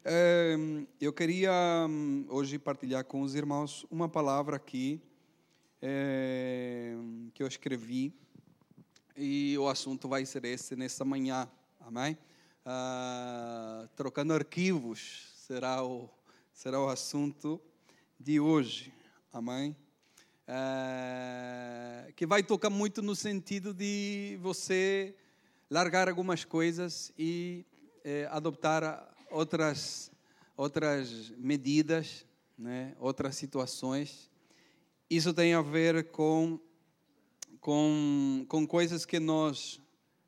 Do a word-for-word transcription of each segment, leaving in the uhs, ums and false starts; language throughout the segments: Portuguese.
Eu queria hoje partilhar com os irmãos uma palavra aqui é, que eu escrevi, e o assunto vai ser esse nessa manhã, amém? Ah, trocando arquivos será o, será o assunto de hoje, amém? É, que vai tocar muito no sentido de você largar algumas coisas e é, adoptar outras, outras medidas, né? Outras situações. Isso tem a ver com, com, com coisas que nós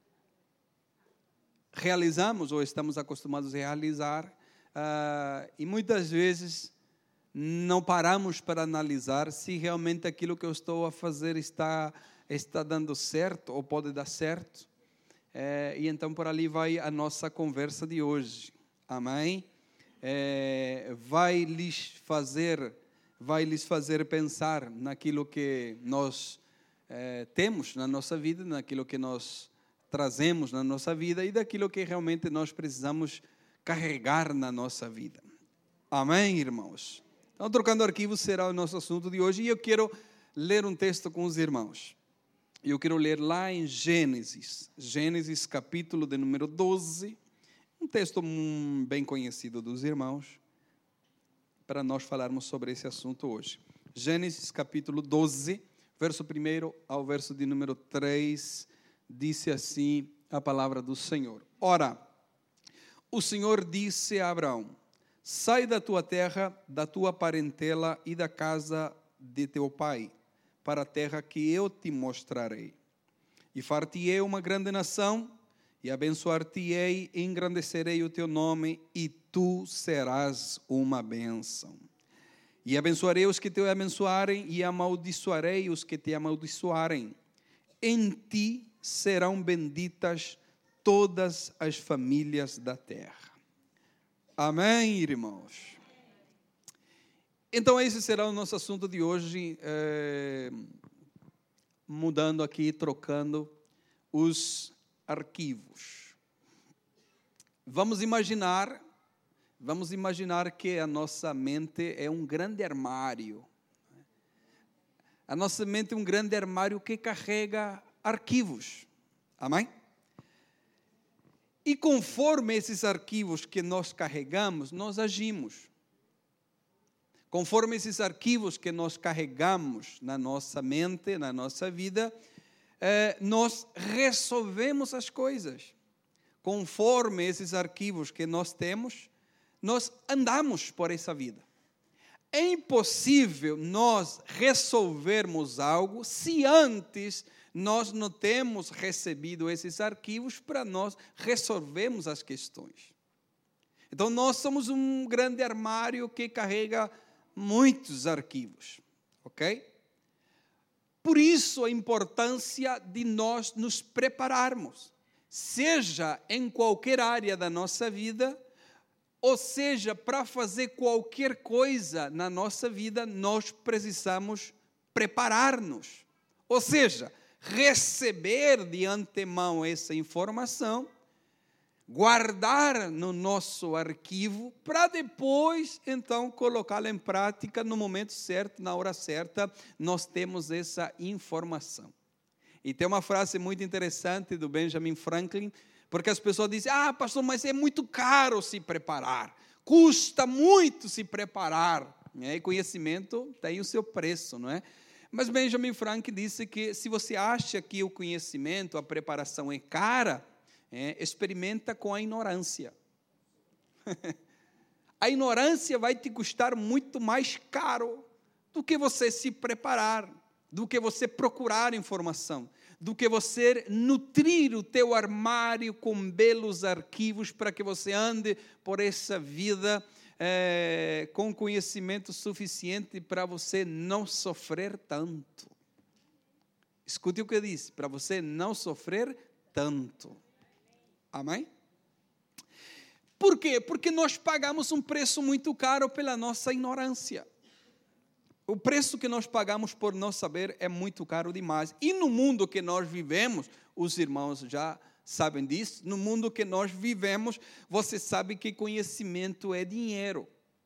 realizamos ou estamos acostumados a realizar, uh, e muitas vezes não paramos para analisar se realmente aquilo que eu estou a fazer está, está dando certo ou pode dar certo. É, e então por ali vai a nossa conversa de hoje, amém? É, vai lhes fazer, vai lhes fazer pensar naquilo que nós é, temos na nossa vida, naquilo que nós trazemos na nossa vida e daquilo que realmente nós precisamos carregar na nossa vida, amém, irmãos? Então, trocando arquivos será o nosso assunto de hoje, e eu quero ler um texto com os irmãos. Eu quero ler lá em Gênesis, Gênesis capítulo de número doze, um texto bem conhecido dos irmãos, para nós falarmos sobre esse assunto hoje. Gênesis capítulo doze, verso primeiro ao verso de número três, disse assim a palavra do Senhor. Ora, o Senhor disse a Abraão: sai da tua terra, da tua parentela e da casa de teu pai, para a terra que eu te mostrarei. E far-te-ei uma grande nação, e abençoar-te-ei, e engrandecerei o teu nome, e tu serás uma bênção. E abençoarei os que te abençoarem, e amaldiçoarei os que te amaldiçoarem. Em ti serão benditas todas as famílias da terra. Amém, irmãos? Então, esse será o nosso assunto de hoje, é, mudando aqui, trocando os arquivos. Vamos imaginar, vamos imaginar que a nossa mente é um grande armário. A nossa mente é um grande armário que carrega arquivos, amém? E conforme esses arquivos que nós carregamos, nós agimos. Conforme esses arquivos que nós carregamos na nossa mente, na nossa vida, eh, nós resolvemos as coisas. Conforme esses arquivos que nós temos, nós andamos por essa vida. É impossível nós resolvermos algo se antes nós não temos recebido esses arquivos para nós resolvermos as questões. Então, nós somos um grande armário que carrega muitos arquivos, ok? Por isso a importância de nós nos prepararmos, seja em qualquer área da nossa vida, ou seja, para fazer qualquer coisa na nossa vida, nós precisamos preparar-nos. Ou seja, receber de antemão essa informação, guardar no nosso arquivo, para depois, então, colocá-la em prática no momento certo, na hora certa, nós temos essa informação. E tem uma frase muito interessante do Benjamin Franklin, porque as pessoas dizem: ah, pastor, mas é muito caro se preparar, custa muito se preparar. E conhecimento tem o seu preço, não é? Mas Benjamin Franklin disse que se você acha que o conhecimento, a preparação é cara, é, experimenta com a ignorância. A ignorância vai te custar muito mais caro do que você se preparar, do que você procurar informação, do que você nutrir o teu armário com belos arquivos para que você ande por essa vida é, com conhecimento suficiente para você não sofrer tanto. Escute o que eu disse, para você não sofrer tanto. Amém? Por quê? Porque nós pagamos um preço muito caro pela nossa ignorância. O preço que nós pagamos por não saber é muito caro demais. E no mundo que nós vivemos, os irmãos já sabem disso. No mundo que nós vivemos, você sabe que conhecimento é dinheiro.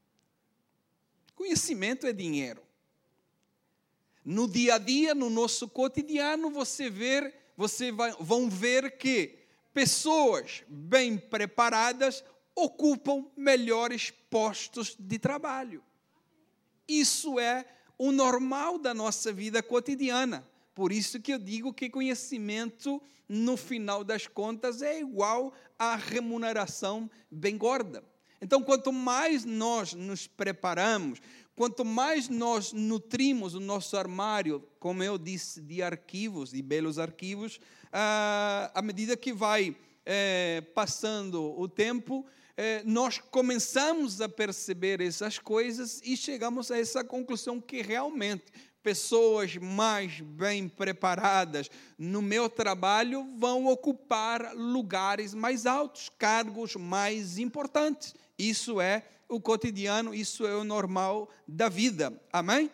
Conhecimento é dinheiro. No dia a dia, no nosso cotidiano, você ver, você vai, vão ver que pessoas bem preparadas ocupam melhores postos de trabalho. Isso é o normal da nossa vida cotidiana. Por isso que eu digo que conhecimento, no final das contas, é igual a remuneração bem gorda. Então, quanto mais nós nos preparamos, quanto mais nós nutrimos o nosso armário, como eu disse, de arquivos, de belos arquivos, à medida que vai é, passando o tempo, é, nós começamos a perceber essas coisas e chegamos a essa conclusão que realmente pessoas mais bem preparadas no meu trabalho vão ocupar lugares mais altos, cargos mais importantes. Isso é o cotidiano, isso é o normal da vida. Amém?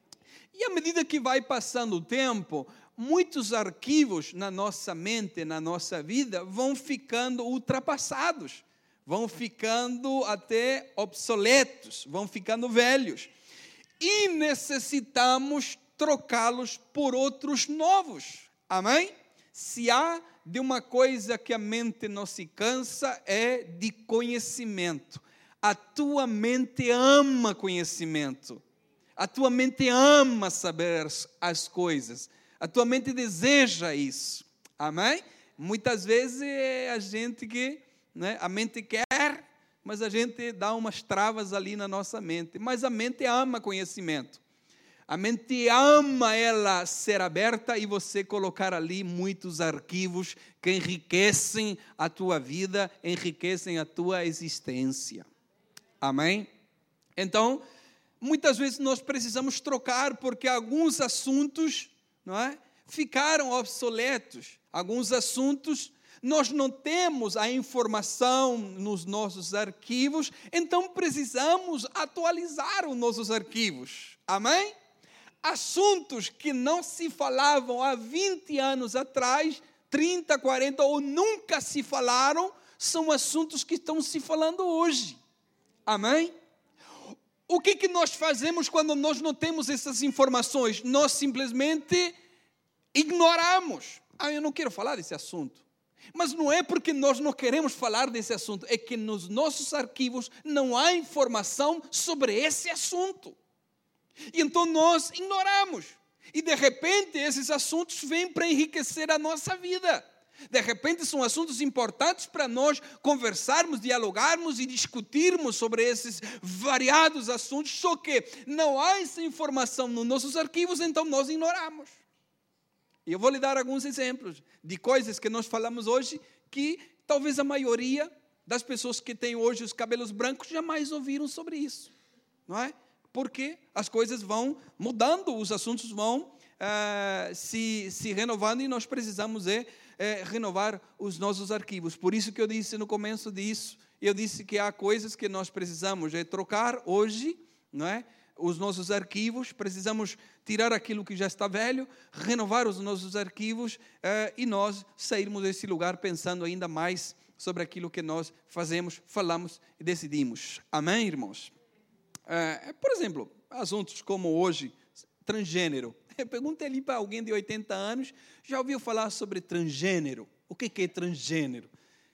E à medida que vai passando o tempo, muitos arquivos na nossa mente, na nossa vida, vão ficando ultrapassados, vão ficando até obsoletos, vão ficando velhos. E necessitamos trocá-los por outros novos. Amém? Se há de uma coisa que a mente não se cansa, é de conhecimento. A tua mente ama conhecimento. A tua mente ama saber as coisas. A tua mente deseja isso. Amém? Muitas vezes é a gente que, né, a mente quer, mas a gente dá umas travas ali na nossa mente. Mas a mente ama conhecimento. A mente ama ela ser aberta e você colocar ali muitos arquivos que enriquecem a tua vida, enriquecem a tua existência. Amém? Então, muitas vezes nós precisamos trocar porque alguns assuntos, não é, ficaram obsoletos. Alguns assuntos nós não temos a informação nos nossos arquivos, então precisamos atualizar os nossos arquivos. Amém? Assuntos que não se falavam há vinte anos atrás, trinta, quarenta ou nunca se falaram, são assuntos que estão se falando hoje. Amém? O que, que nós fazemos quando nós não temos essas informações? Nós simplesmente ignoramos. Ah, eu não quero falar desse assunto. Mas não é porque nós não queremos falar desse assunto, é que nos nossos arquivos não há informação sobre esse assunto. E então nós ignoramos. E de repente esses assuntos vêm para enriquecer a nossa vida. De repente são assuntos importantes para nós conversarmos, dialogarmos e discutirmos sobre esses variados assuntos, só que não há essa informação nos nossos arquivos, então nós ignoramos. E eu vou lhe dar alguns exemplos de coisas que nós falamos hoje que talvez a maioria das pessoas que têm hoje os cabelos brancos jamais ouviram sobre isso, não é? Porque as coisas vão mudando, os assuntos vão uh, se, se renovando e nós precisamos é, é, renovar os nossos arquivos. Por isso que eu disse no começo disso, eu disse que há coisas que nós precisamos é, trocar hoje, não é? Os nossos arquivos, precisamos tirar aquilo que já está velho, renovar os nossos arquivos uh, e nós sairmos desse lugar pensando ainda mais sobre aquilo que nós fazemos, falamos e decidimos. Amém, irmãos? Uh, por exemplo, assuntos como hoje, transgênero. Pergunta ali para alguém de oitenta anos, já ouviu falar sobre transgênero? O que é transgênero?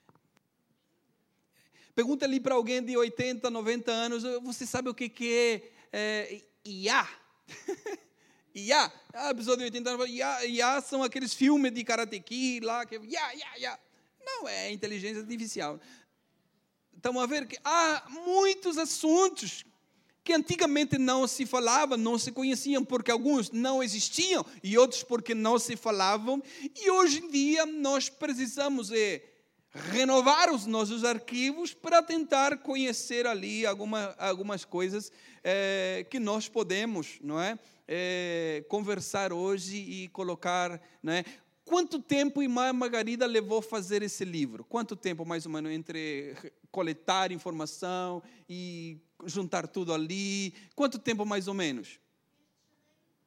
Pergunta ali para alguém de oitenta, noventa anos, você sabe o que é, é I A? I A? A pessoa de oitenta anos, I A, I A são aqueles filmes de Karate Kid lá, que I A, I A, I A. Não, é inteligência artificial. Estamos a ver que há muitos assuntos que antigamente não se falava, não se conheciam, porque alguns não existiam e outros porque não se falavam. E hoje em dia nós precisamos é, renovar os nossos arquivos para tentar conhecer ali alguma, algumas coisas é, que nós podemos, não é, é, conversar hoje e colocar, não é? Quanto tempo Irmã Margarida levou a fazer esse livro? Quanto tempo, mais ou menos, entre coletar informação e juntar tudo ali? Quanto tempo, mais ou menos?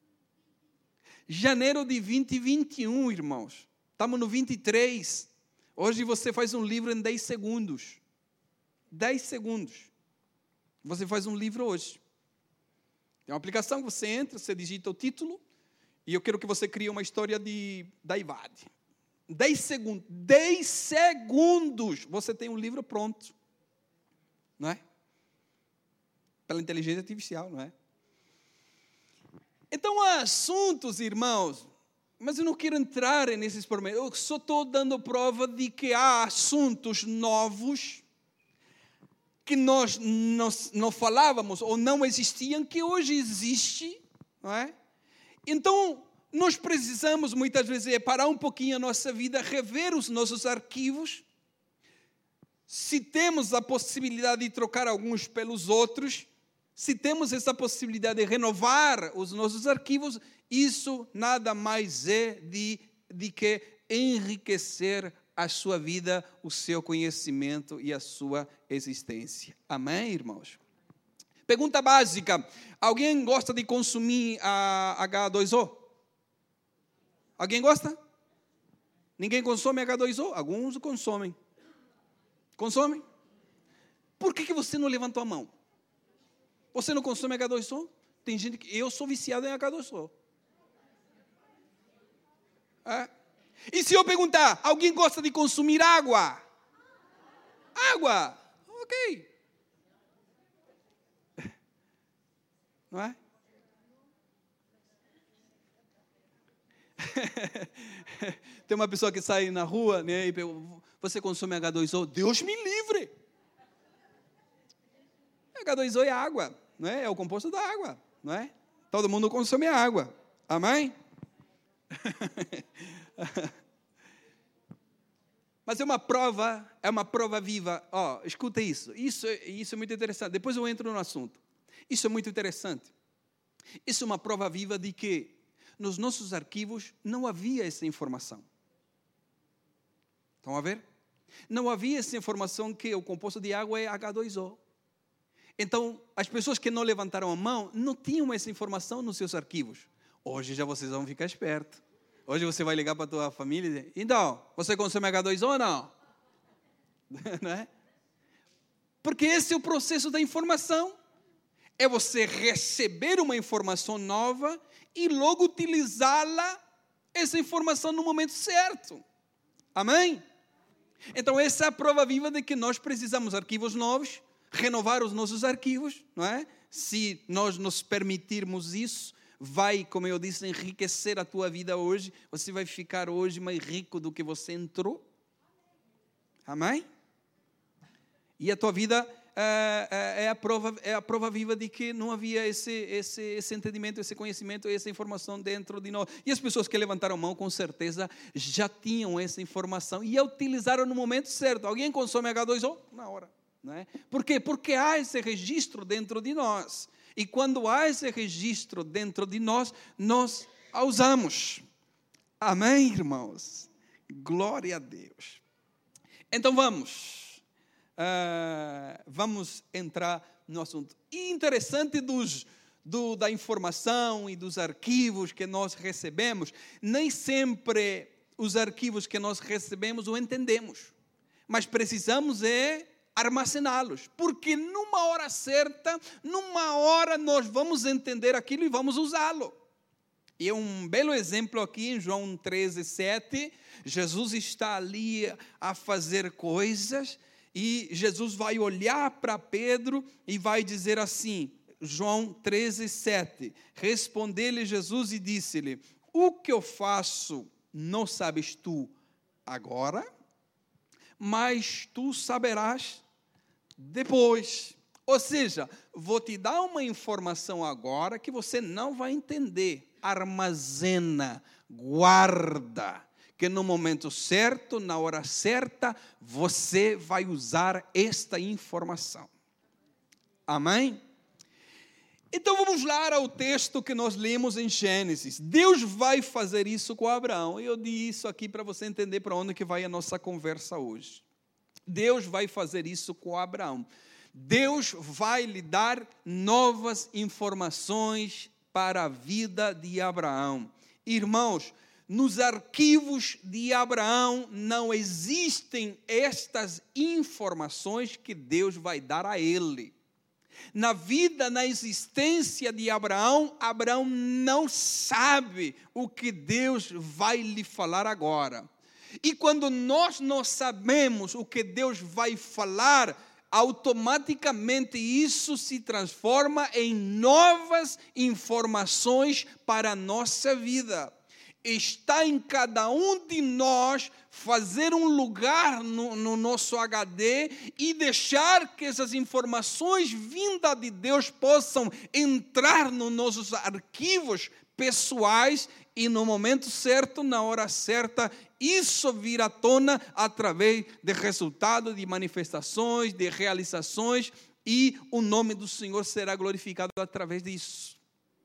Janeiro de vinte e vinte e um, irmãos. Estamos no vinte e três. Hoje você faz um livro em dez segundos. dez segundos. Você faz um livro hoje. Tem uma aplicação que você entra, você digita o título, e eu quero que você crie uma história de, da Ivade. dez segundos. dez segundos. Você tem um livro pronto. Não é? Pela inteligência artificial, não é? Então, há assuntos, irmãos, mas eu não quero entrar nesses pormenores. Eu só estou dando prova de que há assuntos novos que nós não, não falávamos ou não existiam, que hoje existe, não é? Então, nós precisamos, muitas vezes, parar um pouquinho a nossa vida, rever os nossos arquivos. Se temos a possibilidade de trocar alguns pelos outros, se temos essa possibilidade de renovar os nossos arquivos, isso nada mais é de, de que enriquecer a sua vida, o seu conhecimento e a sua existência. Amém, irmãos? Pergunta básica. Alguém gosta de consumir a H dois O? Alguém gosta? Ninguém consome H dois O? Alguns consomem. Consomem? Por que, que você não levantou a mão? Você não consome H dois O? Tem gente que... Eu sou viciado em H dois O. É. E se eu perguntar, alguém gosta de consumir água? Água, ok. Não é? Tem uma pessoa que sai na rua, né, e pergunta, você consome H dois O? Deus me livre. H dois O é água, não é? É o composto da água, não é? Todo mundo consome água. Amém? Mas é uma prova, é uma prova viva. Ó, escuta isso. Isso, isso é muito interessante. Depois eu entro no assunto. Isso é muito interessante. Isso é uma prova viva de que nos nossos arquivos não havia essa informação. Estão a ver? Não havia essa informação que o composto de água é H dois O. Então, as pessoas que não levantaram a mão não tinham essa informação nos seus arquivos. Hoje já vocês vão ficar espertos. Hoje você vai ligar para a tua família e dizer, então, você consome H dois O ou não? Não é? Porque esse é o processo da informação. É você receber uma informação nova e logo utilizá-la, essa informação no momento certo. Amém? Então, essa é a prova viva de que nós precisamos de arquivos novos, renovar os nossos arquivos, não é? Se nós nos permitirmos isso, vai, como eu disse, enriquecer a tua vida hoje. Você vai ficar hoje mais rico do que você entrou. Amém? E a tua vida é, é, a, prova, é a prova viva de que não havia esse, esse, esse entendimento, esse conhecimento, essa informação dentro de nós. E as pessoas que levantaram a mão, com certeza, já tinham essa informação e a utilizaram no momento certo. Alguém consome H dois O? Na hora. Não é? Por quê? Porque há esse registro dentro de nós. E quando há esse registro dentro de nós, nós a usamos. Amém, irmãos? Glória a Deus. Então vamos. Uh, vamos entrar no assunto. E interessante dos, do, da informação e dos arquivos que nós recebemos, nem sempre os arquivos que nós recebemos o entendemos. Mas precisamos é armazená-los, porque numa hora certa, numa hora nós vamos entender aquilo e vamos usá-lo. E um belo exemplo aqui em João treze, sete, Jesus está ali a fazer coisas e Jesus vai olhar para Pedro e vai dizer assim, João treze, sete, respondeu-lhe Jesus e disse-lhe, o que eu faço não sabes tu agora, mas tu saberás depois. Ou seja, vou te dar uma informação agora que você não vai entender. Armazena, guarda, que no momento certo, na hora certa, você vai usar esta informação. Amém? Então vamos lá ao texto que nós lemos em Gênesis. Deus vai fazer isso com Abraão. Eu disse isso aqui para você entender para onde que vai a nossa conversa hoje. Deus vai fazer isso com Abraão. Deus vai lhe dar novas informações para a vida de Abraão. Irmãos, nos arquivos de Abraão não existem estas informações que Deus vai dar a ele. Na vida, na existência de Abraão, Abraão não sabe o que Deus vai lhe falar agora. E quando nós não sabemos o que Deus vai falar, automaticamente isso se transforma em novas informações para a nossa vida. Está em cada um de nós fazer um lugar no, no nosso H D e deixar que essas informações vindas de Deus possam entrar nos nossos arquivos pessoais e no momento certo, na hora certa, isso vir à tona através de resultados, de manifestações, de realizações, e o nome do Senhor será glorificado através disso.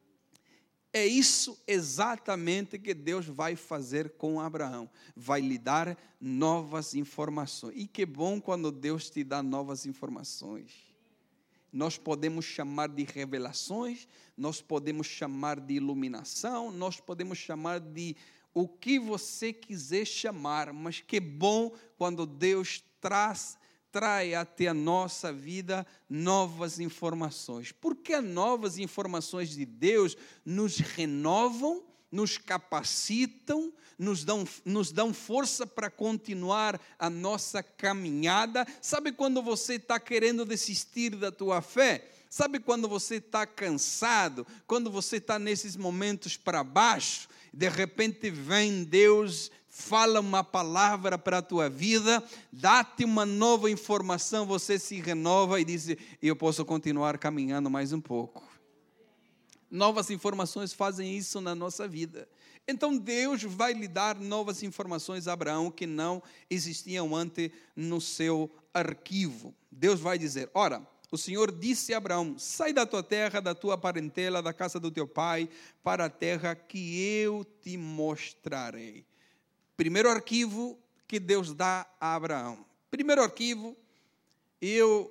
É isso exatamente que Deus vai fazer com Abraão. Vai lhe dar novas informações. E que bom quando Deus te dá novas informações. Nós podemos chamar de revelações, nós podemos chamar de iluminação, nós podemos chamar de o que você quiser chamar. Mas que bom quando Deus traz traz até a nossa vida novas informações. Porque as novas informações de Deus nos renovam, nos capacitam, nos dão, nos dão força para continuar a nossa caminhada. Sabe quando você está querendo desistir da tua fé? Sabe quando você está cansado? Quando você está nesses momentos para baixo? De repente vem Deus, fala uma palavra para a tua vida, dá-te uma nova informação, você se renova e diz, eu posso continuar caminhando mais um pouco. Novas informações fazem isso na nossa vida. Então Deus vai lhe dar novas informações a Abraão que não existiam antes no seu arquivo. Deus vai dizer, ora, o Senhor disse a Abraão, sai da tua terra, da tua parentela, da casa do teu pai, para a terra que eu te mostrarei. Primeiro arquivo que Deus dá a Abraão. Primeiro arquivo, eu,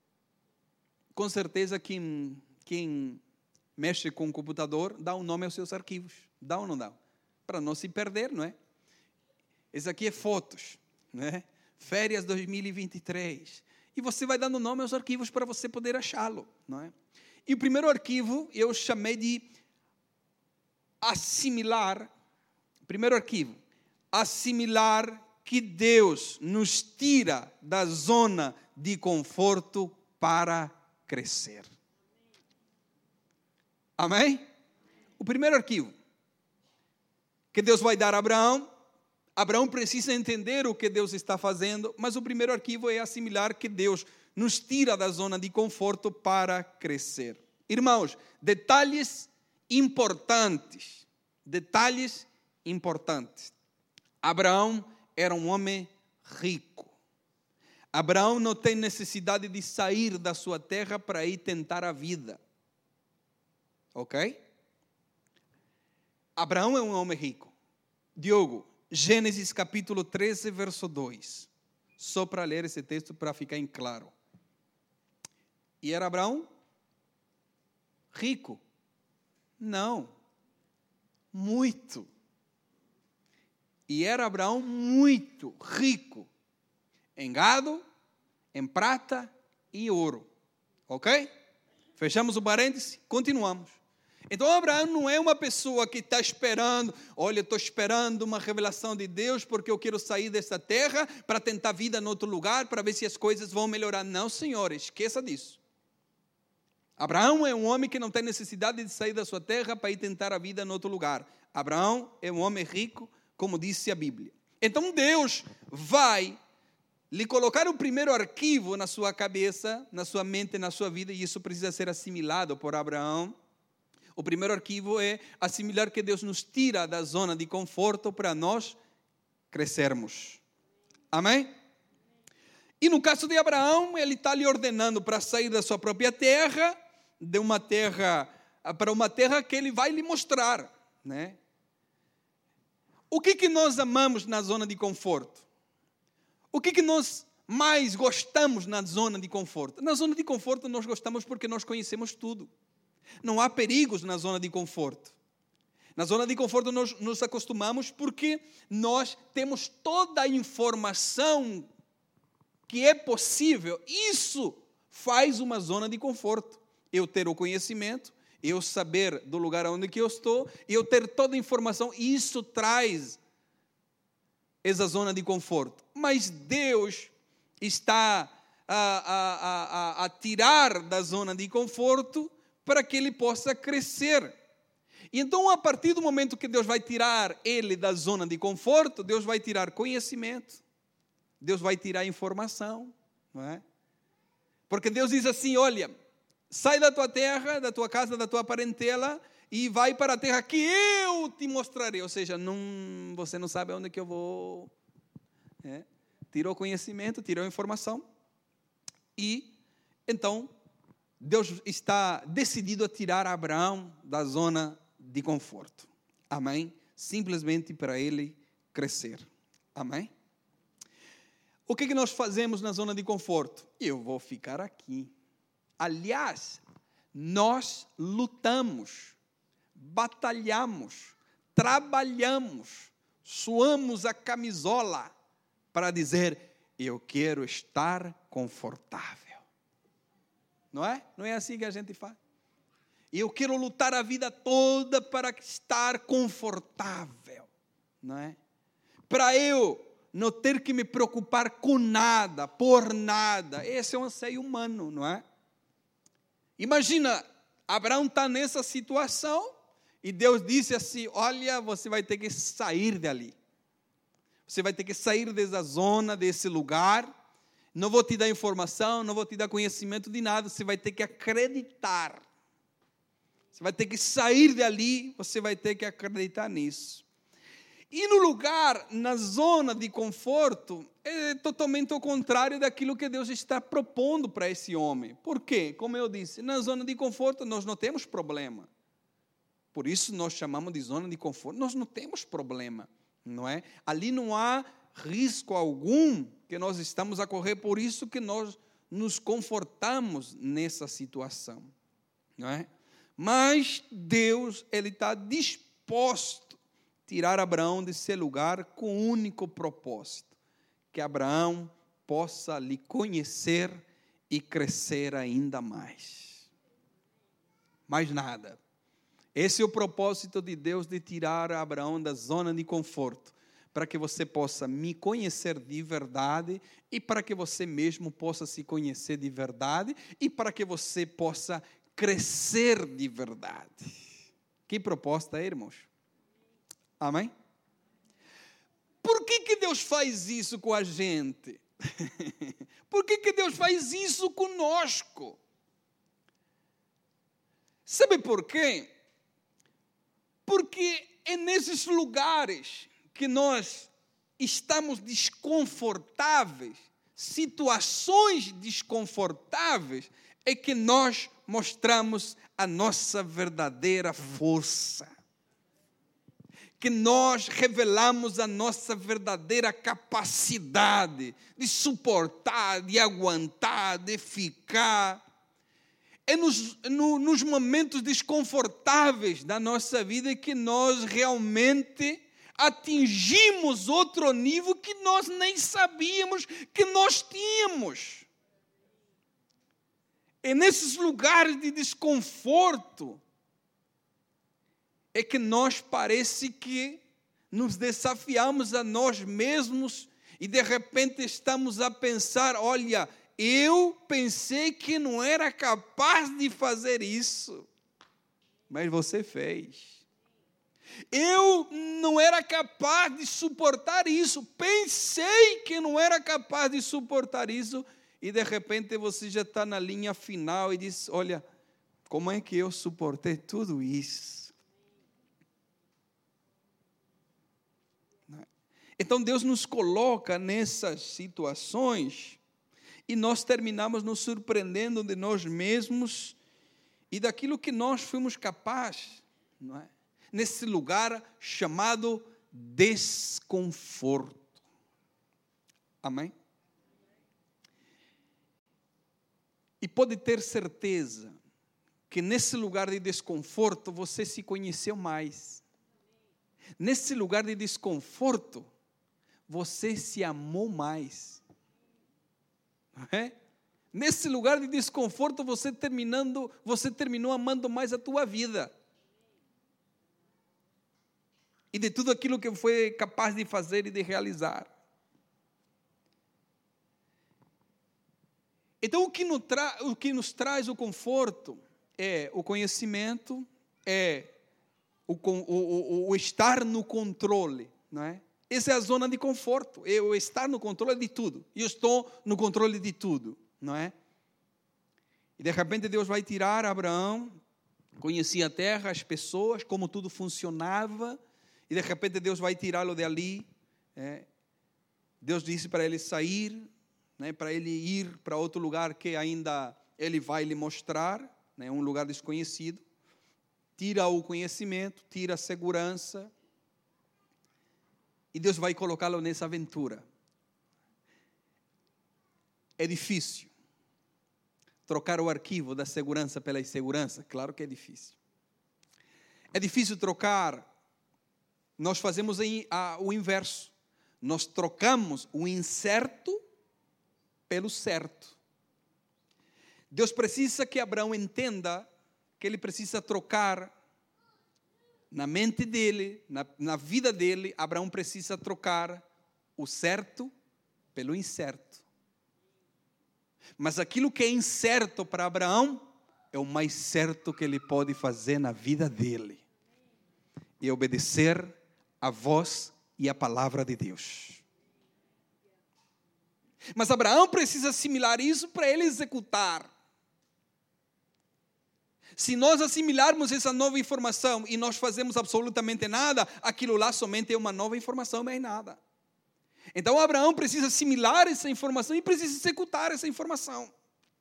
com certeza, quem, quem mexe com o computador, dá um nome aos seus arquivos. Dá ou não dá? Para não se perder, não é? Esse aqui é fotos, né? Férias dois mil e vinte e três. E você vai dando nome aos arquivos para você poder achá-lo, não é? E o primeiro arquivo eu chamei de assimilar. Primeiro arquivo. Assimilar que Deus nos tira da zona de conforto para crescer. Amém? O primeiro arquivo que Deus vai dar a Abraão, Abraão precisa entender o que Deus está fazendo, mas o primeiro arquivo é assimilar que Deus nos tira da zona de conforto para crescer. Irmãos, detalhes importantes, detalhes importantes. Abraão era um homem rico. Abraão não tem necessidade de sair da sua terra para ir tentar a vida. Ok? Abraão é um homem rico. Diogo, Gênesis capítulo treze, verso dois. Só para ler esse texto para ficar em claro. E era Abraão rico? Não. Muito. E era Abraão muito rico em gado, em prata e ouro. Ok? Fechamos o parêntese, continuamos. Então Abraão não é uma pessoa que está esperando, olha, eu estou esperando uma revelação de Deus porque eu quero sair dessa terra para tentar vida em outro lugar, para ver se as coisas vão melhorar. Não, senhor, esqueça disso. Abraão é um homem que não tem necessidade de sair da sua terra para ir tentar a vida em outro lugar. Abraão é um homem rico, como disse a Bíblia. Então Deus vai lhe colocar o primeiro arquivo na sua cabeça, na sua mente, na sua vida, e isso precisa ser assimilado por Abraão. O primeiro arquivo é assimilar que Deus nos tira da zona de conforto para nós crescermos. Amém? E no caso de Abraão, ele está lhe ordenando para sair da sua própria terra, de uma terra, para uma terra que ele vai lhe mostrar, né? O que que nós amamos na zona de conforto? O que que nós mais gostamos na zona de conforto? Na zona de conforto nós gostamos porque nós conhecemos tudo. Não há perigos na zona de conforto. Na zona de conforto nós nos acostumamos porque nós temos toda a informação que é possível. Isso faz uma zona de conforto. Eu ter o conhecimento, eu saber do lugar onde que eu estou, eu ter toda a informação, isso traz essa zona de conforto. Mas Deus está a, a, a, a tirar da zona de conforto para que ele possa crescer. E então, a partir do momento que Deus vai tirar ele da zona de conforto, Deus vai tirar conhecimento, Deus vai tirar informação, não é? Porque Deus diz assim, olha, sai da tua terra, da tua casa, da tua parentela e vai para a terra que eu te mostrarei. Ou seja, não, você não sabe onde que eu vou. É? Tirou conhecimento, tirou informação. E, então, Deus está decidido a tirar Abraão da zona de conforto. Amém? Simplesmente para ele crescer. Amém? O que, que nós fazemos na zona de conforto? Eu vou ficar aqui. Aliás, nós lutamos, batalhamos, trabalhamos, suamos a camisola para dizer, eu quero estar confortável. Não é? Não é assim que a gente faz? Eu quero lutar a vida toda para estar confortável. Não é? Para eu não ter que me preocupar com nada, por nada. Esse é um anseio humano, não é? Imagina, Abraão está nessa situação e Deus disse assim, olha, você vai ter que sair dali. Você vai ter que sair dessa zona, desse lugar. Não vou te dar informação, não vou te dar conhecimento de nada. Você vai ter que acreditar. Você vai ter que sair dali, você vai ter que acreditar nisso. E no lugar, na zona de conforto, é totalmente o contrário daquilo que Deus está propondo para esse homem. Por quê? Como eu disse, na zona de conforto nós não temos problema. Por isso nós chamamos de zona de conforto. Nós não temos problema, não é? Ali não há risco algum que nós estamos a correr, por isso que nós nos confortamos nessa situação, não é? Mas Deus, Ele está disposto tirar Abraão desse lugar com um único propósito, que Abraão possa lhe conhecer e crescer ainda mais. Mais nada. Esse é o propósito de Deus de tirar Abraão da zona de conforto, para que você possa me conhecer de verdade e para que você mesmo possa se conhecer de verdade e para que você possa crescer de verdade. Que proposta é, irmãos? Amém? Por que que Deus faz isso com a gente? Por que que Deus faz isso conosco? Sabe por quê? Porque é nesses lugares que nós estamos desconfortáveis, situações desconfortáveis, é que nós mostramos a nossa verdadeira força. Que nós revelamos a nossa verdadeira capacidade de suportar, de aguentar, de ficar. É nos, no, nos momentos desconfortáveis da nossa vida que nós realmente atingimos outro nível que nós nem sabíamos que nós tínhamos. É nesses lugares de desconforto é que nós parece que nos desafiamos a nós mesmos e de repente estamos a pensar, olha, eu pensei que não era capaz de fazer isso, mas você fez. Eu não era capaz de suportar isso, pensei que não era capaz de suportar isso, e de repente você já está na linha final e diz, olha, como é que eu suportei tudo isso? Então Deus nos coloca nessas situações e nós terminamos nos surpreendendo de nós mesmos e daquilo que nós fomos capazes, não é? Nesse lugar chamado desconforto. Amém? E pode ter certeza que nesse lugar de desconforto você se conheceu mais. Nesse lugar de desconforto, você se amou mais. Não é? Nesse lugar de desconforto, você terminando, você terminou amando mais a tua vida. E de tudo aquilo que foi capaz de fazer e de realizar. Então, o que nos, tra- o que nos traz o conforto é o conhecimento, é o, o, o, o estar no controle, não é? Essa é a zona de conforto, eu estar no controle de tudo. Eu estou no controle de tudo, não é? E de repente Deus vai tirar Abraão, conhecia a terra, as pessoas, como tudo funcionava, e de repente Deus vai tirá-lo de ali. É. Deus disse para ele sair, né, para ele ir para outro lugar que ainda ele vai lhe mostrar, né, um lugar desconhecido. Tira o conhecimento, tira a segurança, e Deus vai colocá-lo nessa aventura. É difícil trocar o arquivo da segurança pela insegurança? Claro que é difícil. É difícil trocar, nós fazemos o inverso. Nós trocamos o incerto pelo certo. Deus precisa que Abraão entenda que ele precisa trocar na mente dele, na, na vida dele, Abraão precisa trocar o certo pelo incerto. Mas aquilo que é incerto para Abraão é o mais certo que ele pode fazer na vida dele. E obedecer a voz e a palavra de Deus. Mas Abraão precisa assimilar isso para ele executar. Se nós assimilarmos essa nova informação e nós fazemos absolutamente nada, aquilo lá somente é uma nova informação, mais nada. Então Abraão precisa assimilar essa informação e precisa executar essa informação.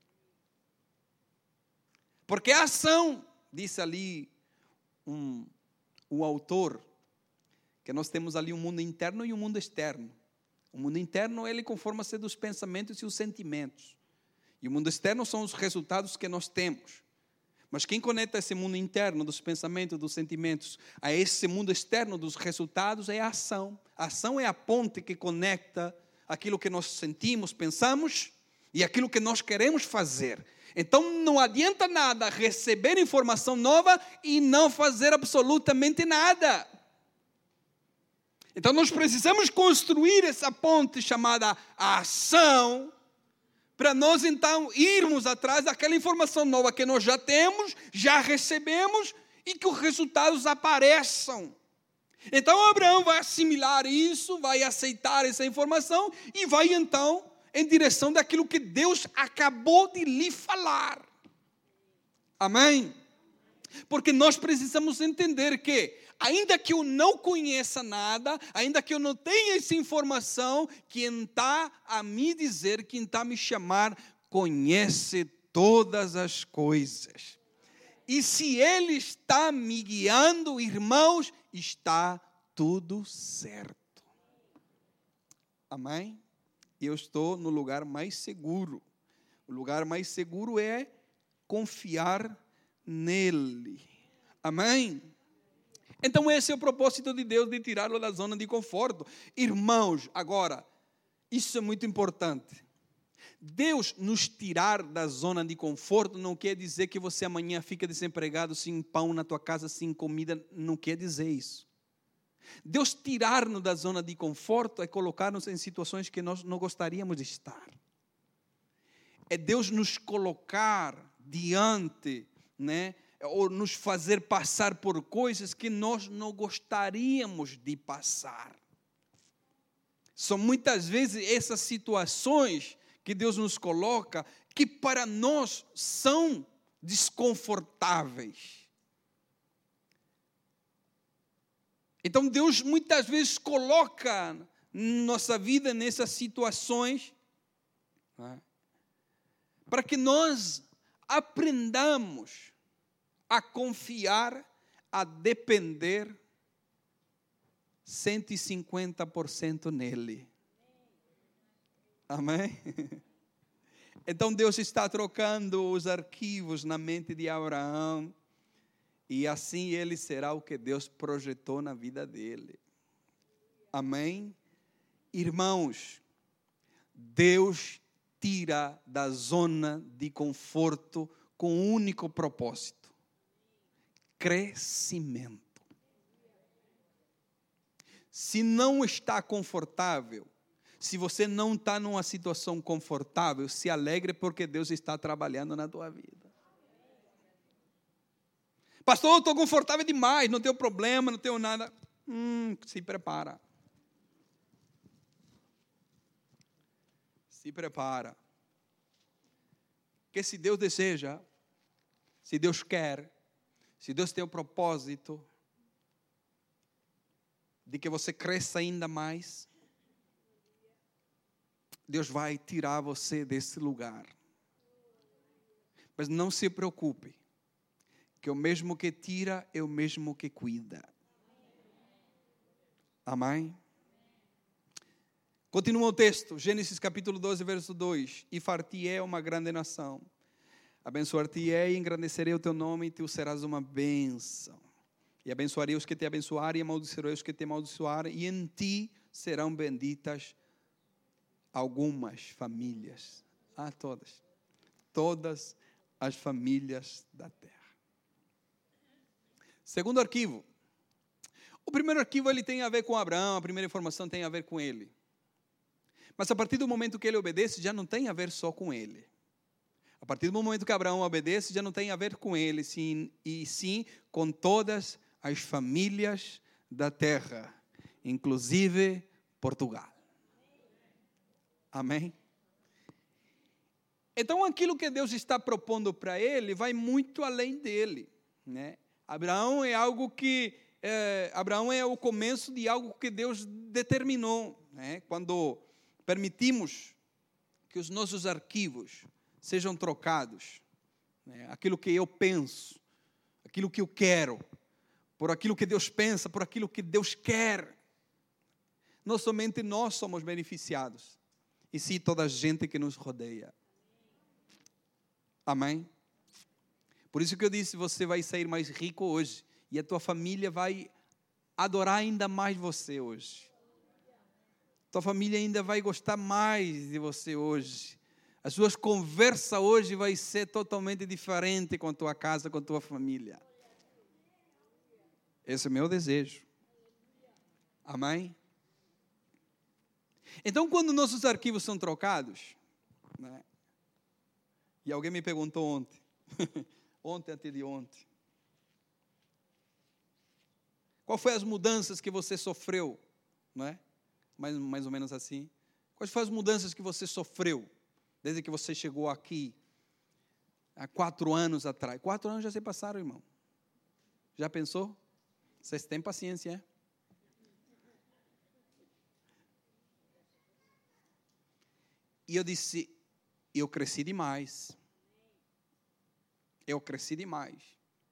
Porque a ação, disse ali um, um autor, que nós temos ali um mundo interno e um mundo externo. O mundo interno, ele conforma-se dos pensamentos e os sentimentos. E o mundo externo são os resultados que nós temos. Mas quem conecta esse mundo interno dos pensamentos, dos sentimentos, a esse mundo externo dos resultados é a ação. A ação é a ponte que conecta aquilo que nós sentimos, pensamos e aquilo que nós queremos fazer. Então não adianta nada receber informação nova e não fazer absolutamente nada. Então nós precisamos construir essa ponte chamada ação, para nós então irmos atrás daquela informação nova que nós já temos, já recebemos e que os resultados apareçam. Então Abraão vai assimilar isso, vai aceitar essa informação e vai então em direção daquilo que Deus acabou de lhe falar. Amém? Porque nós precisamos entender que, ainda que eu não conheça nada, ainda que eu não tenha essa informação, quem está a me dizer, quem está a me chamar, conhece todas as coisas. E se Ele está me guiando, irmãos, está tudo certo. Amém? Eu estou no lugar mais seguro. O lugar mais seguro é confiar nele. Amém? Então esse é o propósito de Deus, de tirá-lo da zona de conforto. Irmãos, agora, isso é muito importante. Deus nos tirar da zona de conforto não quer dizer que você amanhã fica desempregado, sem pão na tua casa, sem comida, não quer dizer isso. Deus tirar-nos da zona de conforto é colocar-nos em situações que nós não gostaríamos de estar. É Deus nos colocar diante, né, ou nos fazer passar por coisas que nós não gostaríamos de passar. São muitas vezes essas situações que Deus nos coloca que para nós são desconfortáveis. Então Deus muitas vezes coloca nossa vida nessas situações, né, para que nós aprendamos a confiar, a depender cento e cinquenta por cento nele. Amém? Então Deus está trocando os arquivos na mente de Abraão E assim ele será o que Deus projetou na vida dele. Amém? Irmãos, Deus tira da zona de conforto com um único propósito: crescimento. Se não está confortável, se você não está numa situação confortável, se alegre porque Deus está trabalhando na tua vida. Pastor, eu estou confortável demais, não tenho problema, não tenho nada. Hum, se prepara. Se prepara. Porque se Deus deseja, se Deus quer, se Deus tem o propósito de que você cresça ainda mais, Deus vai tirar você desse lugar. Mas não se preocupe, que o mesmo que tira é o mesmo que cuida. Amém? Continua o texto, Gênesis capítulo doze, verso dois. E far-te-ei uma grande nação, abençoar-te-ei e engrandecerei o teu nome, e tu serás uma bênção. E abençoarei os que te abençoarem, e amaldiçoarei os que te amaldiçoarem, e em ti serão benditas algumas famílias. Ah, todas. Todas as famílias da terra. Segundo arquivo. O primeiro arquivo ele tem a ver com Abraão, a primeira informação tem a ver com ele. Mas a partir do momento que ele obedece, já não tem a ver só com ele. A partir do momento que Abraão obedece, já não tem a ver com ele, sim, e sim com todas as famílias da terra, inclusive Portugal. Amém? Então, aquilo que Deus está propondo para ele vai muito além dele, né? Abraão é algo que é, Abraão é o começo de algo que Deus determinou, né? Quando permitimos que os nossos arquivos sejam trocados, né? Aquilo que eu penso, aquilo que eu quero, por aquilo que Deus pensa, por aquilo que Deus quer, não somente nós somos beneficiados, e sim toda a gente que nos rodeia. Amém? Por isso que eu disse, você vai sair mais rico hoje, e a tua família vai adorar ainda mais você hoje. Tua família ainda vai gostar mais de você hoje. As suas conversas hoje vai ser totalmente diferente com a tua casa, com a tua família. Esse é o meu desejo. Amém? Então, quando nossos arquivos são trocados, né? E alguém me perguntou ontem, ontem até de ontem, qual foi as mudanças que você sofreu, não é? Mais, mais ou menos assim. Quais foram as mudanças que você sofreu desde que você chegou aqui há quatro anos atrás? Quatro anos já se passaram, irmão. Já pensou? Vocês têm paciência, é? E eu disse, eu cresci demais. Eu cresci demais.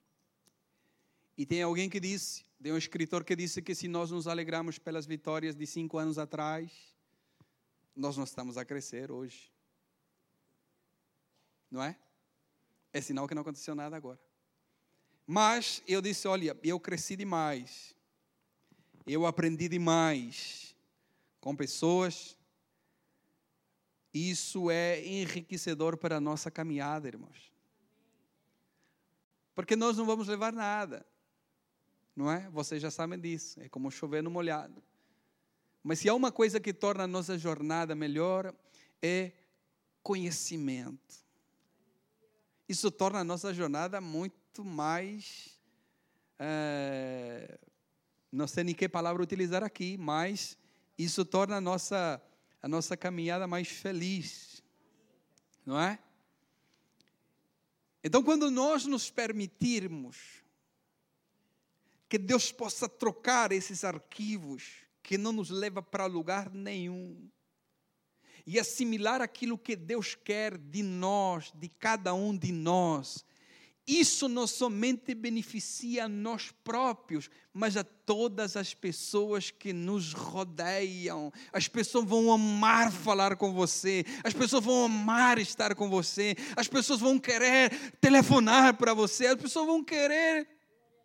E tem alguém que disse, tem um escritor que disse que se nós nos alegramos pelas vitórias de cinco anos atrás, nós não estamos a crescer hoje. Não é? É sinal que não aconteceu nada agora. Mas eu disse, olha, eu cresci demais. Eu aprendi demais com pessoas. Isso é enriquecedor para a nossa caminhada, irmãos. Porque nós não vamos levar nada. Não é? Vocês já sabem disso. É como chover no molhado. Mas se há uma coisa que torna a nossa jornada melhor, é conhecimento. Isso torna a nossa jornada muito mais... É, não sei nem que palavra utilizar aqui, mas isso torna a nossa, a nossa caminhada mais feliz. Não é? Então, quando nós nos permitirmos que Deus possa trocar esses arquivos que não nos leva para lugar nenhum e assimilar aquilo que Deus quer de nós, de cada um de nós, isso não somente beneficia a nós próprios, mas a todas as pessoas que nos rodeiam. As pessoas vão amar falar com você, as pessoas vão amar estar com você, as pessoas vão querer telefonar para você, as pessoas vão querer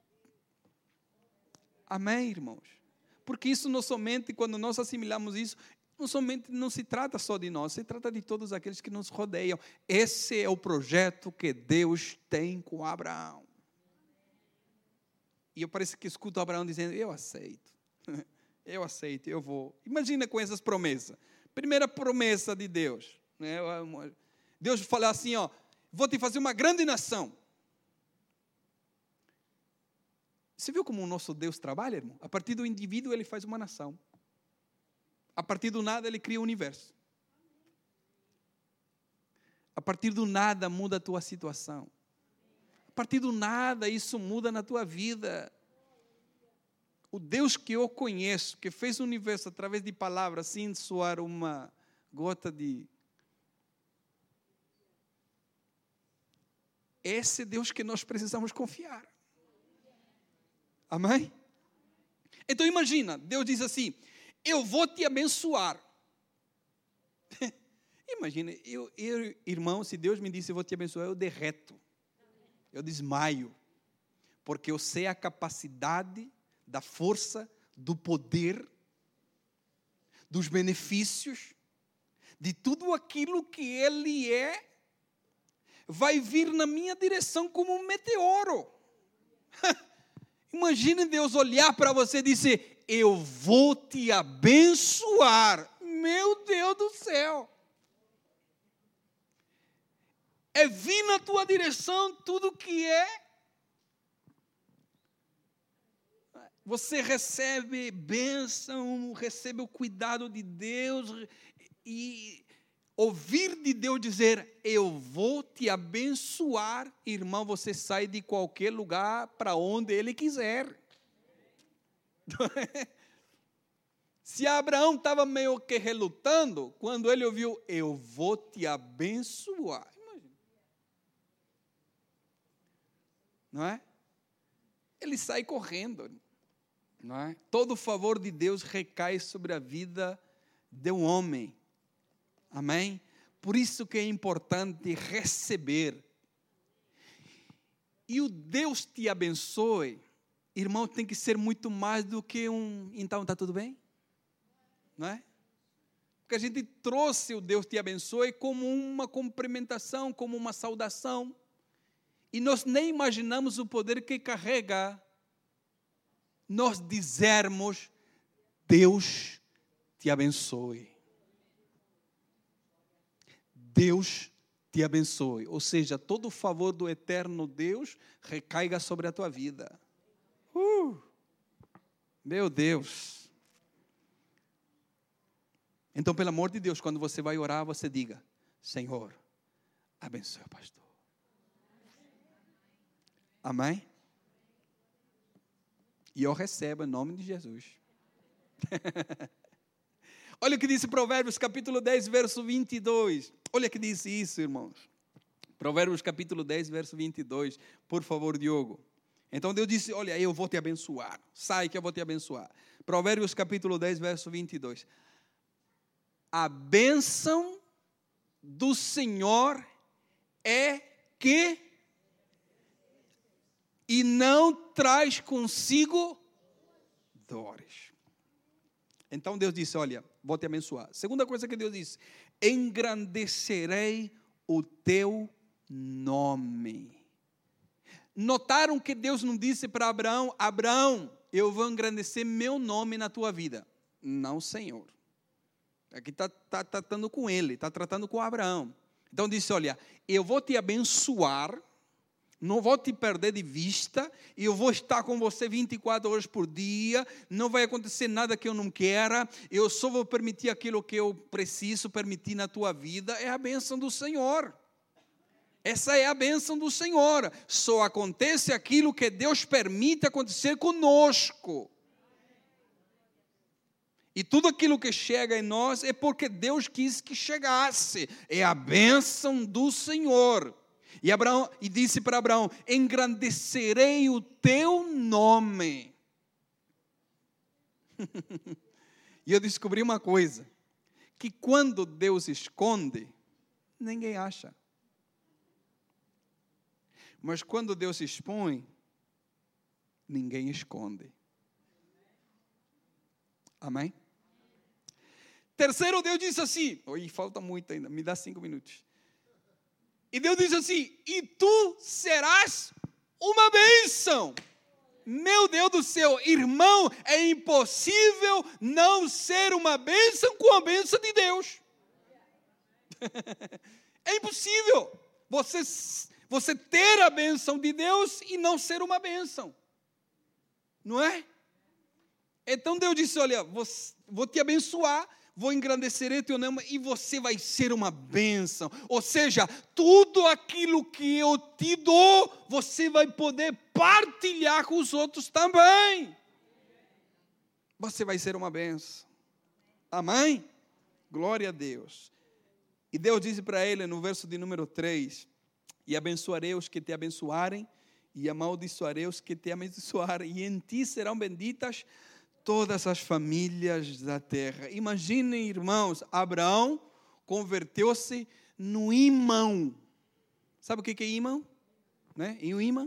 Amém, irmãos? Porque isso não somente, quando nós assimilamos isso, não somente não se trata só de nós, se trata de todos aqueles que nos rodeiam. Esse é o projeto que Deus tem com Abraão. E eu parece que escuto Abraão dizendo, eu aceito, eu aceito, eu vou. Imagina com essas promessas. Primeira promessa de Deus. Né? Deus fala assim, ó, vou te fazer uma grande nação. Você viu como o nosso Deus trabalha, irmão? A partir do indivíduo ele faz uma nação. A partir do nada ele cria o universo. A partir do nada muda a tua situação. A partir do nada isso muda na tua vida. O Deus que eu conheço, que fez o universo através de palavras, sem soar uma gota de... Esse Deus que nós precisamos confiar. Amém? Então imagina, Deus diz assim, eu vou te abençoar. Imagina, eu, eu, irmão, se Deus me disse eu vou te abençoar, eu derreto. Eu desmaio. Porque eu sei a capacidade da força, do poder, dos benefícios, de tudo aquilo que Ele é, vai vir na minha direção como um meteoro. Imagine Deus olhar para você e dizer, eu vou te abençoar. Meu Deus do céu. É vir na tua direção tudo que é. Você recebe bênção, recebe o cuidado de Deus e ouvir de Deus dizer, eu vou te abençoar, irmão, você sai de qualquer lugar para onde Ele quiser. Se Abraão estava meio que relutando, quando ele ouviu, eu vou te abençoar. Imagina. Não é? Ele sai correndo. Não é? Todo o favor de Deus recai sobre a vida de um homem. Amém? Por isso que é importante receber. E o Deus te abençoe, irmão, tem que ser muito mais do que um, então está tudo bem? Não é? Porque a gente trouxe o Deus te abençoe como uma cumprimentação, como uma saudação. E nós nem imaginamos o poder que carrega nós dizermos, Deus te abençoe. Deus te abençoe. Ou seja, todo o favor do eterno Deus recaiga sobre a tua vida. Uh, meu Deus. Então, pelo amor de Deus, quando você vai orar, você diga, Senhor, abençoe o pastor. Amém? E eu recebo em nome de Jesus. Olha o que diz Provérbios capítulo dez, verso vinte e dois. Olha o que diz isso, irmãos. Provérbios capítulo dez, verso vinte e dois. Por favor, Diogo. Então Deus disse, olha, eu vou te abençoar. Sai que eu vou te abençoar. Provérbios capítulo dez, verso vinte e dois. A bênção do Senhor é que e não traz consigo dores. Então Deus disse, olha, vou te abençoar. Segunda coisa que Deus disse, engrandecerei o teu nome. Notaram que Deus não disse para Abraão, Abraão, eu vou engrandecer meu nome na tua vida. Não, Senhor. Aqui está tá, tratando com ele, está tratando com Abraão. Então disse, olha, eu vou te abençoar, não vou te perder de vista, e eu vou estar com você vinte e quatro horas por dia, não vai acontecer nada que eu não queira, eu só vou permitir aquilo que eu preciso permitir na tua vida, é a bênção do Senhor. Essa é a bênção do Senhor. Só acontece aquilo que Deus permite acontecer conosco. E tudo aquilo que chega em nós é porque Deus quis que chegasse. É a bênção do Senhor. E, Abraão, e disse para Abraão, engrandecerei o teu nome. E eu descobri uma coisa, que quando Deus esconde, ninguém acha. Mas quando Deus se expõe, ninguém esconde. Amém? Terceiro, Deus diz assim, oi, falta muito ainda, me dá cinco minutos. E Deus diz assim, e tu serás uma bênção. Meu Deus do céu, irmão, é impossível não ser uma bênção com a bênção de Deus. É impossível você, você ter a bênção de Deus e não ser uma bênção. Não é? Então Deus disse, olha, vou, vou te abençoar, vou engrandecer o teu nome e você vai ser uma bênção. Ou seja, tudo aquilo que eu te dou, você vai poder partilhar com os outros também. Você vai ser uma bênção. Amém? Glória a Deus. E Deus disse para ele no verso de número três, e abençoarei os que te abençoarem, e amaldiçoarei os que te amaldiçoarem, e em ti serão benditas todas as famílias da terra. Imaginem, irmãos, Abraão converteu-se no imã. Sabe o que é imã? Né? E o imã?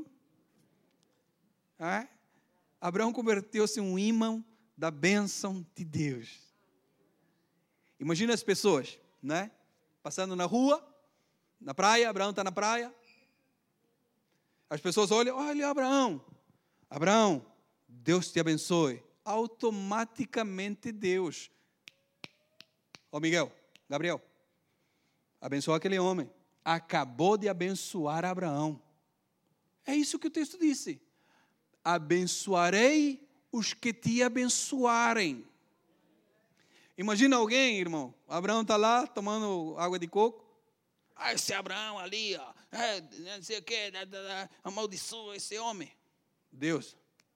É? Abraão converteu-se em um imã da bênção de Deus. Imagina as pessoas, né? Passando na rua, na praia, Abraão está na praia. As pessoas olham, olha Abraão, Abraão, Deus te abençoe. Automaticamente Deus, ó Miguel, Gabriel, abençoa aquele homem. Acabou de abençoar Abraão. É isso que o texto disse. Abençoarei os que te abençoarem. Imagina alguém, irmão, Abraão está lá tomando água de coco. Ah, esse Abraão ali, ó, é, não sei o que, amaldiçoa esse homem. Deus.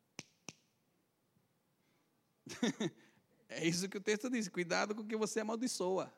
É isso que o texto diz. Cuidado com o que você amaldiçoa.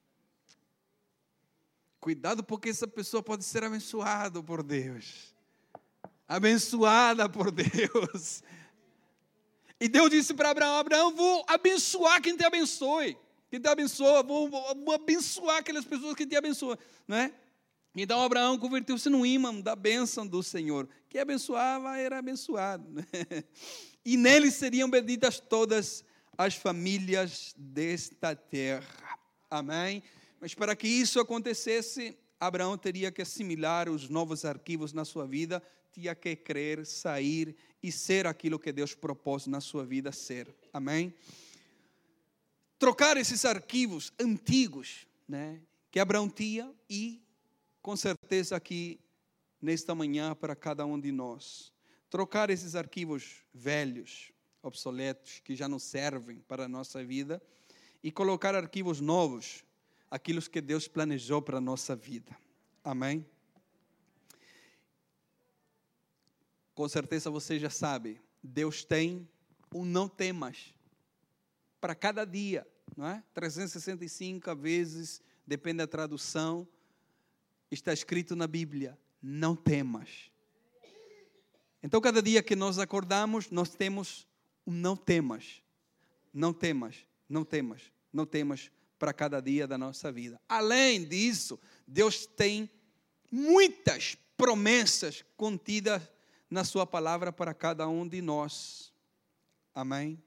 Cuidado porque essa pessoa pode ser abençoada por Deus. Abençoada por Deus. E Deus disse para Abraão, Abraão, vou abençoar quem te abençoe. Quem te abençoa, vou, vou abençoar aquelas pessoas que te abençoam. Né? Então Abraão converteu-se no imã da bênção do Senhor. Quem abençoava era abençoado. Né? E nele seriam benditas todas as famílias desta terra. Amém? Mas para que isso acontecesse, Abraão teria que assimilar os novos arquivos na sua vida, tinha que crer, sair e ser aquilo que Deus propôs na sua vida ser. Amém? Trocar esses arquivos antigos, né, que Abraão tinha e, com certeza, aqui, nesta manhã, para cada um de nós. Trocar esses arquivos velhos, obsoletos, que já não servem para a nossa vida, e colocar arquivos novos, aqueles que Deus planejou para a nossa vida. Amém? Com certeza você já sabe, Deus tem um não temas para cada dia, não é? trezentas e sessenta e cinco vezes, depende da tradução, está escrito na Bíblia, não temas. Então, cada dia que nós acordamos, nós temos um não temas, não temas, não temas, não temas para cada dia da nossa vida. Além disso, Deus tem muitas promessas contidas na sua palavra para cada um de nós. Amém?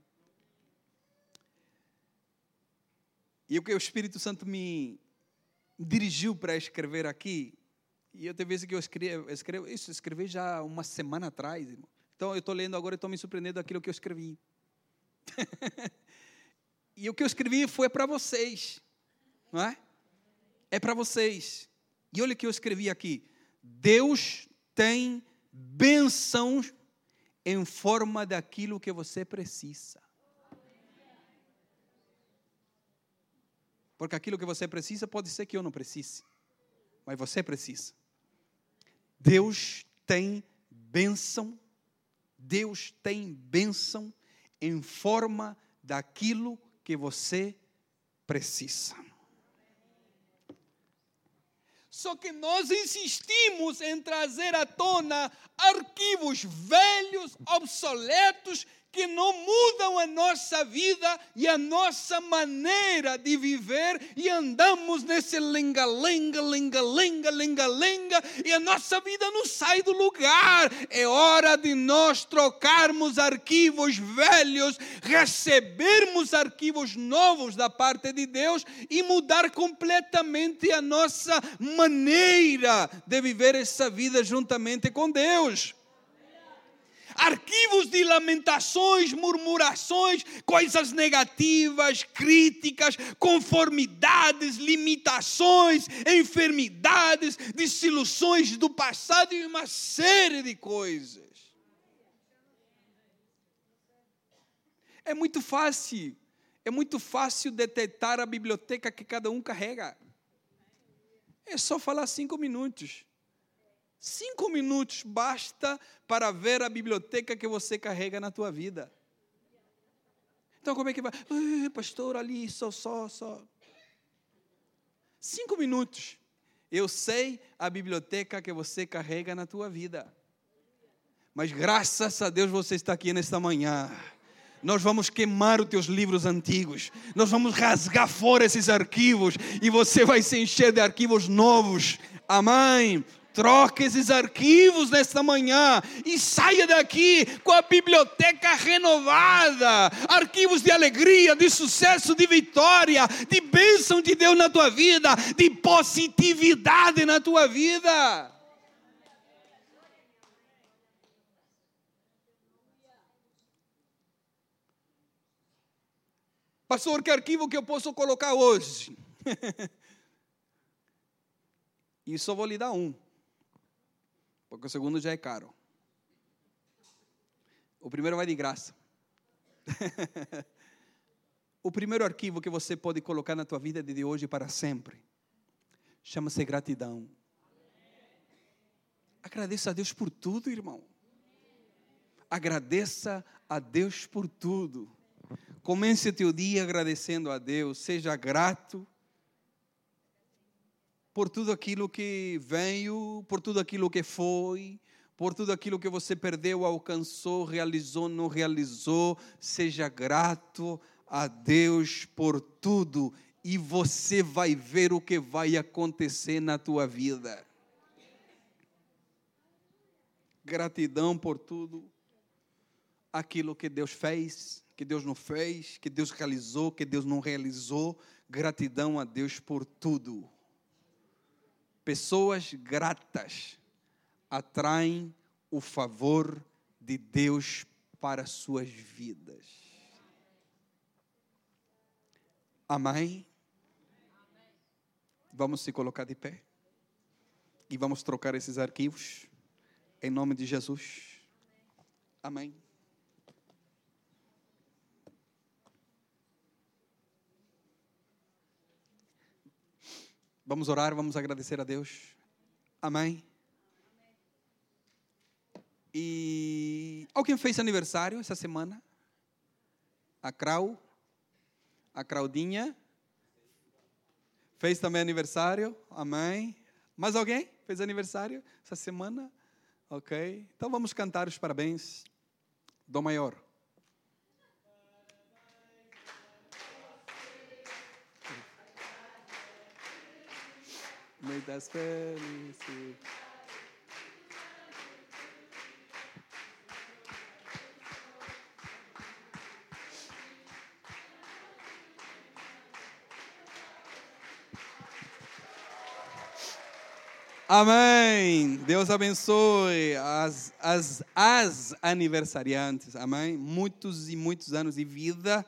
E o que o Espírito Santo me dirigiu para escrever aqui, e eu tenho vezes que eu escrevo, escrevo isso, escrevi já uma semana atrás, irmão. Então eu estou lendo agora e estou me surpreendendo daquilo que eu escrevi. E o que eu escrevi foi para vocês, não é? É para vocês. E olha o que eu escrevi aqui. Deus tem bênçãos em forma daquilo que você precisa. Porque aquilo que você precisa pode ser que eu não precise, mas você precisa. Deus tem bênção, Deus tem bênção em forma daquilo que você precisa. Só que nós insistimos em trazer à tona arquivos velhos, obsoletos, que não mudam a nossa vida e a nossa maneira de viver, e andamos nesse lenga-lenga, lenga-lenga, lenga-lenga, e a nossa vida não sai do lugar. É hora de nós trocarmos arquivos velhos, recebermos arquivos novos da parte de Deus e mudar completamente a nossa maneira de viver essa vida juntamente com Deus. Arquivos de lamentações, murmurações, coisas negativas, críticas, conformidades, limitações, enfermidades, desilusões do passado e uma série de coisas. É muito fácil, é muito fácil detectar a biblioteca que cada um carrega. É só falar cinco minutos. Cinco minutos basta para ver a biblioteca que você carrega na tua vida. Então como é que vai? Pastor, ali, só, só, só. Cinco minutos. Eu sei a biblioteca que você carrega na tua vida. Mas graças a Deus você está aqui nesta manhã. Nós vamos queimar os teus livros antigos. Nós vamos rasgar fora esses arquivos. E você vai se encher de arquivos novos. Amém. Troque esses arquivos nesta manhã e saia daqui com a biblioteca renovada. Arquivos de alegria, de sucesso, de vitória, de bênção de Deus na tua vida, de positividade na tua vida. Pastor, que arquivo que eu posso colocar hoje? E só vou lhe dar um. Porque o segundo já é caro. O primeiro vai de graça. O primeiro arquivo que você pode colocar na tua vida de hoje para sempre chama-se gratidão. Agradeça a Deus por tudo, irmão. Agradeça a Deus por tudo. Comece o teu dia agradecendo a Deus. Seja grato por tudo aquilo que veio, por tudo aquilo que foi, por tudo aquilo que você perdeu, alcançou, realizou, não realizou. Seja grato a Deus por tudo e você vai ver o que vai acontecer na tua vida. Gratidão por tudo aquilo que Deus fez, que Deus não fez, que Deus realizou, que Deus não realizou. Gratidão a Deus por tudo. Pessoas gratas atraem o favor de Deus para suas vidas. Amém? Vamos se colocar de pé e vamos trocar esses arquivos em nome de Jesus. Amém. Vamos orar, vamos agradecer a Deus. Amém. E alguém fez aniversário essa semana? A Crau? A Claudinha? Fez também aniversário? Amém. Mais alguém fez aniversário essa semana? Ok. Então vamos cantar os parabéns. Dó maior. Muitas felicidades. Amém. Deus abençoe as, as, as aniversariantes. Amém. Muitos e muitos anos de vida,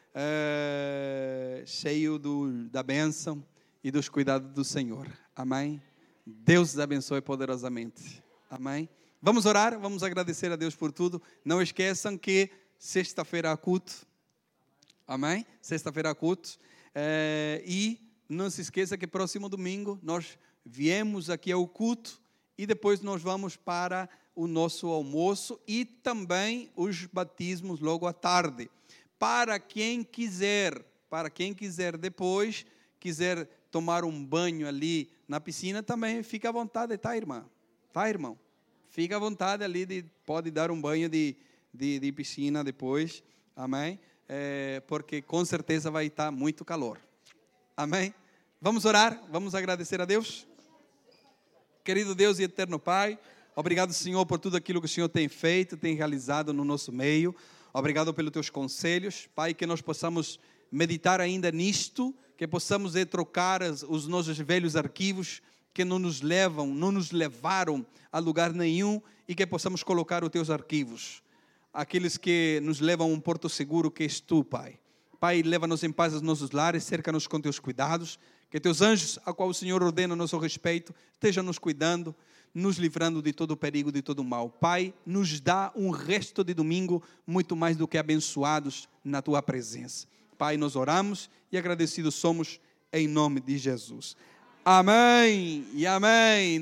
é, cheio do, da bênção e dos cuidados do Senhor. Amém? Deus os abençoe poderosamente. Amém? Vamos orar, vamos agradecer a Deus por tudo. Não esqueçam que sexta-feira há culto. Amém? Sexta-feira há culto. É, e não se esqueça que próximo domingo nós viemos aqui ao culto e depois nós vamos para o nosso almoço e também os batismos logo à tarde. Para quem quiser, para quem quiser depois, quiser tomar um banho ali na piscina, também fica à vontade, tá, irmã? Tá, irmão? Fica à vontade ali, de, pode dar um banho de, de, de piscina depois, amém? É, porque com certeza vai estar muito calor, amém? Vamos orar, vamos agradecer a Deus. Querido Deus e eterno Pai, obrigado, Senhor, por tudo aquilo que o Senhor tem feito, tem realizado no nosso meio. Obrigado pelos teus conselhos, Pai, que nós possamos meditar ainda nisto, que possamos é, trocar os nossos velhos arquivos que não nos levam, não nos levaram a lugar nenhum, e que possamos colocar os teus arquivos, aqueles que nos levam a um porto seguro, que és tu, Pai. Pai, leva-nos em paz aos nossos lares, cerca-nos com teus cuidados, que teus anjos, a qual o Senhor ordena a nosso respeito, estejam nos cuidando, nos livrando de todo o perigo, de todo o mal. Pai, nos dá um resto de domingo muito mais do que abençoados na tua presença. Pai, nós oramos e agradecidos somos em nome de Jesus. Amém e amém.